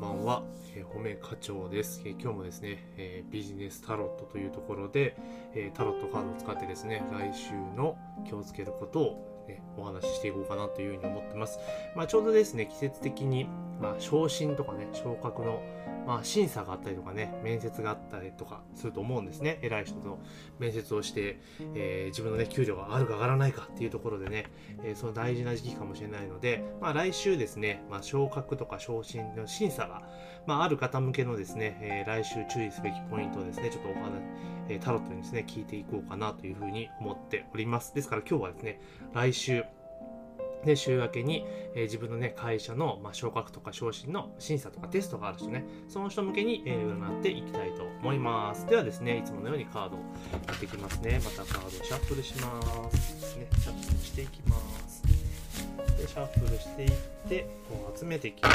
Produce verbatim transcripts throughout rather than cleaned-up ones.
ばんは、えー、褒め課長です、えー、今日もですね、えー、ビジネスタロットというところで、えー、タロットカードを使ってですね、来週の気をつけることを、ね、お話ししていこうかなというふうに思ってます。まあ、ちょうどですね、季節的に、まあ、昇進とかね、昇格の、まあ、審査があったりとかね、面接があったりとかすると思うんですね。偉い人と面接をして、えー、自分のね、給料が上がるか上がらないかっていうところでね、えー、その大事な時期かもしれないので、まあ、来週ですね、まあ、昇格とか昇進の審査が、まあ、ある方向けのですね、えー、来週注意すべきポイントをですね、ちょっとお話、えー、タロットにですね、聞いていこうかなというふうに思っております。ですから今日はですね、来週、で週明けに、えー、自分のね会社の、まあ、昇格とか昇進の審査とかテストがある人ね、その人向けに、えー、占っていきたいと思います。ではですね、いつものようにカードをやっていきますね。またカードをシャッフルしますね。シャッフルしていきます。でシャッフルしていってこう集めていきます。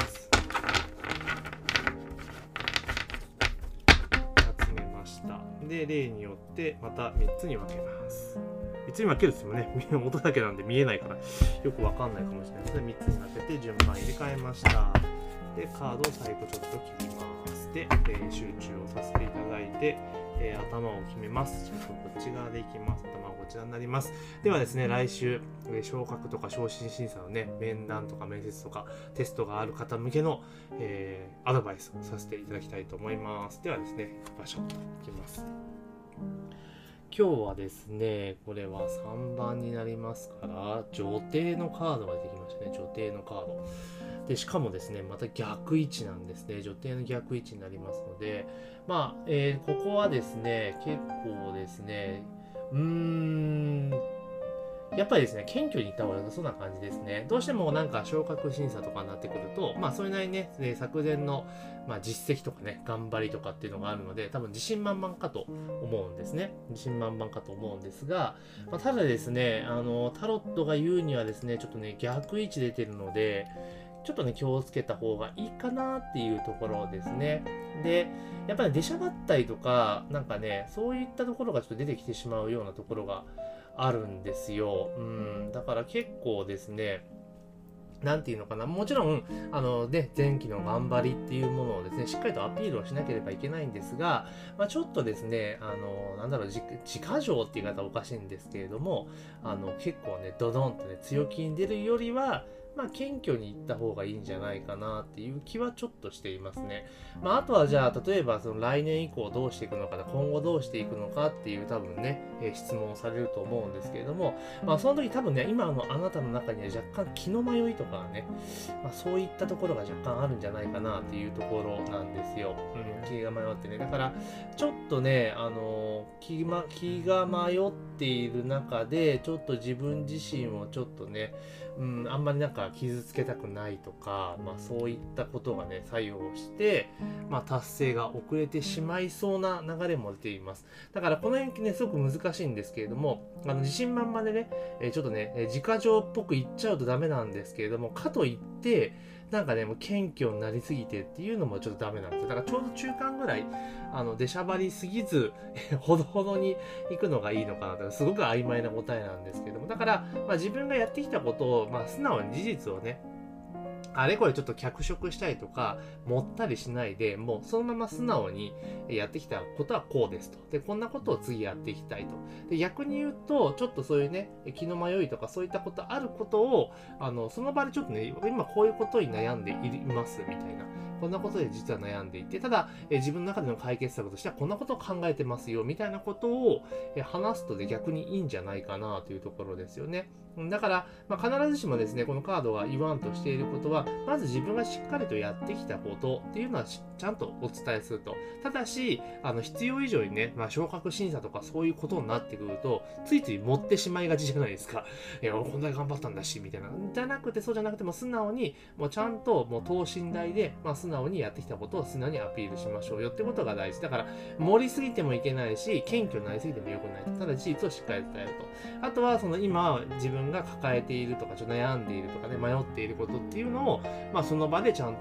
集めました。で例によってまたみっつに分けます。みっつに分けるですよね。音だけなんで見えないからよくわかんないかもしれないですね。みっつに分けて順番入れ替えました。で、カードを最後ちょっと切ります。で、えー、集中をさせていただいて、えー、頭を決めます。ちょっとこっち側でいきます。頭はこちらになります。ではですね、来週、えー、昇格とか昇進審査のね、面談とか面接とかテストがある方向けの、えー、アドバイスをさせていただきたいと思います。ではですね、場所に行きます。今日はですね、これはさんばんになりますから、女帝のカードが出てきましたね。女帝のカード。で、しかもですね、また逆位置なんですね。女帝の逆位置になりますので、まあ、えー、ここはですね、結構ですね、うーん、やっぱりですね、謙虚に言った方が良さそうな感じですね。どうしてもなんか昇格審査とかになってくると、まあそれなりにね、昨年の、まあ、実績とかね、頑張りとかっていうのがあるので、多分自信満々かと思うんですね。自信満々かと思うんですが、まあ、ただですね、あの、タロットが言うにはですね、ちょっとね、逆位置出てるので、ちょっとね、気をつけた方がいいかなっていうところですね。で、やっぱり出しゃばったりとか、なんかね、そういったところがちょっと出てきてしまうようなところがあるんですよ。うん。だから結構ですね、なんていうのかな。もちろん、あのね、前期の頑張りっていうものをですね、しっかりとアピールをしなければいけないんですが、まあ、ちょっとですね、あの、なんだろう、自家情っていう言い方はおかしいんですけれども、あの、結構ね、ドドンとね、強気に出るよりは、まあ、謙虚に言った方がいいんじゃないかなっていう気はちょっとしていますね。まあ、あとはじゃあ、例えばその来年以降どうしていくのかな、今後どうしていくのかっていう多分ね、えー、質問をされると思うんですけれども、まあ、その時多分ね、今のあなたの中には若干気の迷いとかね、まあ、そういったところが若干あるんじゃないかなっていうところなんですよ。うん、気が迷ってね。だから、ちょっとね、あのー、気ま、気が迷っている中で、ちょっと自分自身をちょっとね、うん、あんまりなんか傷つけたくないとか、まあそういったことがね、作用して、まあ達成が遅れてしまいそうな流れも出ています。だからこの辺ね、すごく難しいんですけれども、あの自信満々でね、えー、ちょっとね、えー、自家情っぽく言っちゃうとダメなんですけれども、かといって、なんかね、もう謙虚になりすぎてっていうのもちょっとダメなんですよ。だからちょうど中間ぐらい、あの、出しゃばりすぎず、ほどほどに行くのがいいのかなと、すごく曖昧な答えなんですけども、だから、まあ自分がやってきたことを、まあ素直に事実をね、あれこれちょっと脚色したりとか、盛ったりしないで、もうそのまま素直にやってきたことはこうですと。で、こんなことを次やっていきたいと。で、逆に言うと、ちょっとそういうね、気の迷いとかそういったことあることを、あの、その場でちょっとね、今こういうことに悩んでいますみたいな。こんなことで実は悩んでいて、ただ、え自分の中での解決策としてはこんなことを考えてますよみたいなことをえ話すとで逆にいいんじゃないかなというところですよね。だから、まあ、必ずしもですね、このカードが言わんとしていることは、まず自分がしっかりとやってきたことっていうのはちゃんとお伝えすると。ただし、あの必要以上にね、まあ、昇格審査とかそういうことになってくると、ついつい持ってしまいがちじゃないですか。いや、俺こんなに頑張ったんだし、みたいな。じゃなくて、そうじゃなくても素直に、もうちゃんともう等身大で、まあ、素直にやってきたことを素直にアピールしましょうよってことが大事。だから、盛りすぎてもいけないし、謙虚になりすぎても良くない。ただ事実をしっかり伝えると。あとは、その今、自分が抱えているとか、ちょっと悩んでいるとかね、迷っていることっていうのを、まあ、その場でちゃんと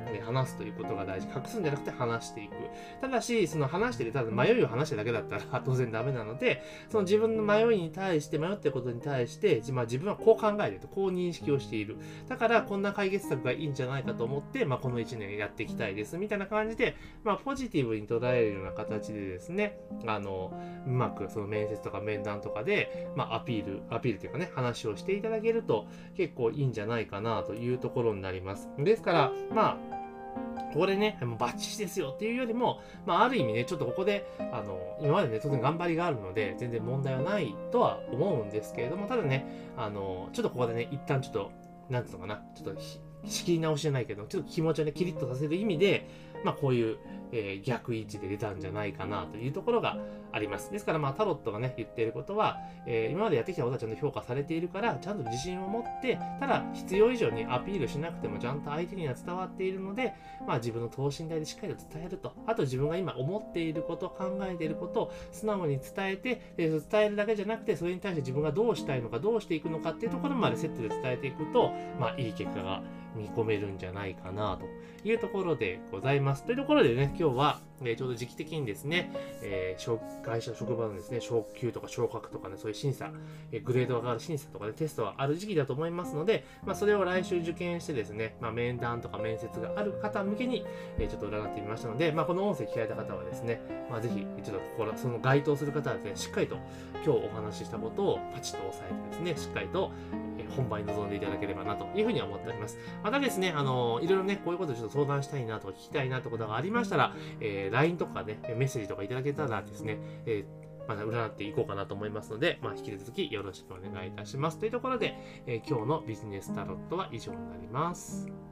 ね、話すということが大事。隠すんじゃなくて話していく。ただし、その話してる、ただ迷いを話しただけだったら当然ダメなので、その自分の迷いに対して、迷っていることに対して、まあ、自分はこう考えていると、こう認識をしている。だから、こんな解決策がいいんじゃないかと思って、まあ、このいちねんやっていきたいです。みたいな感じで、まあ、ポジティブに捉えるような形でですね、あの、うまくその面接とか面談とかで、まあ、アピール、アピールというかね、話をしていただけると結構いいんじゃないかなというところになります。ですから、まあ、ここでね、もうバッチシですよっていうよりも、まあ、ある意味ね、ちょっとここで、あの、今までね、当然頑張りがあるので、全然問題はないとは思うんですけれども、ただね、あの、ちょっとここでね、一旦ちょっと、なんつうのかな、ちょっと仕切り直しじゃないけど、ちょっと気持ちをね、キリッとさせる意味で、まあ、こういう、えー、逆位置で出たんじゃないかなというところがあります。ですから、まあ、タロットがね、言っていることは、えー、今までやってきたことはちゃんと評価されているから、ちゃんと自信を持って、ただ、必要以上にアピールしなくても、ちゃんと相手には伝わっているので、まあ、自分の等身大でしっかりと伝えると。あと、自分が今思っていること、考えていることを素直に伝えて、で伝えるだけじゃなくて、それに対して自分がどうしたいのか、どうしていくのかっていうところまでセットで伝えていくと、まあ、いい結果が見込めるんじゃないかなというところでございます。というところでね、今日は、えー、ちょうど時期的にですね、えー、会社、職場のですね、昇給とか昇格とかね、そういう審査、えー、グレードが上がる審査とかね、テストがある時期だと思いますので、まあ、それを来週受験してですね、まあ、面談とか面接がある方向けに、えー、ちょっと占ってみましたので、まあ、この音声聞かれた方はですね、まあ、ぜひ、ちょっとここ、その該当する方はですね、しっかりと今日お話ししたことをパチッと押さえてですね、しっかりと本番に臨んでいただければなというふうに思っております。またですね、あの、いろいろね、こういうことをちょっと相談したいなとか聞きたいなってことがありましたら、えー、ライン とかね、メッセージとかいただけたらですね、えー、また占っていこうかなと思いますので、まあ、引き続きよろしくお願いいたします。というところで、えー、今日のビジネスタロットは以上になります。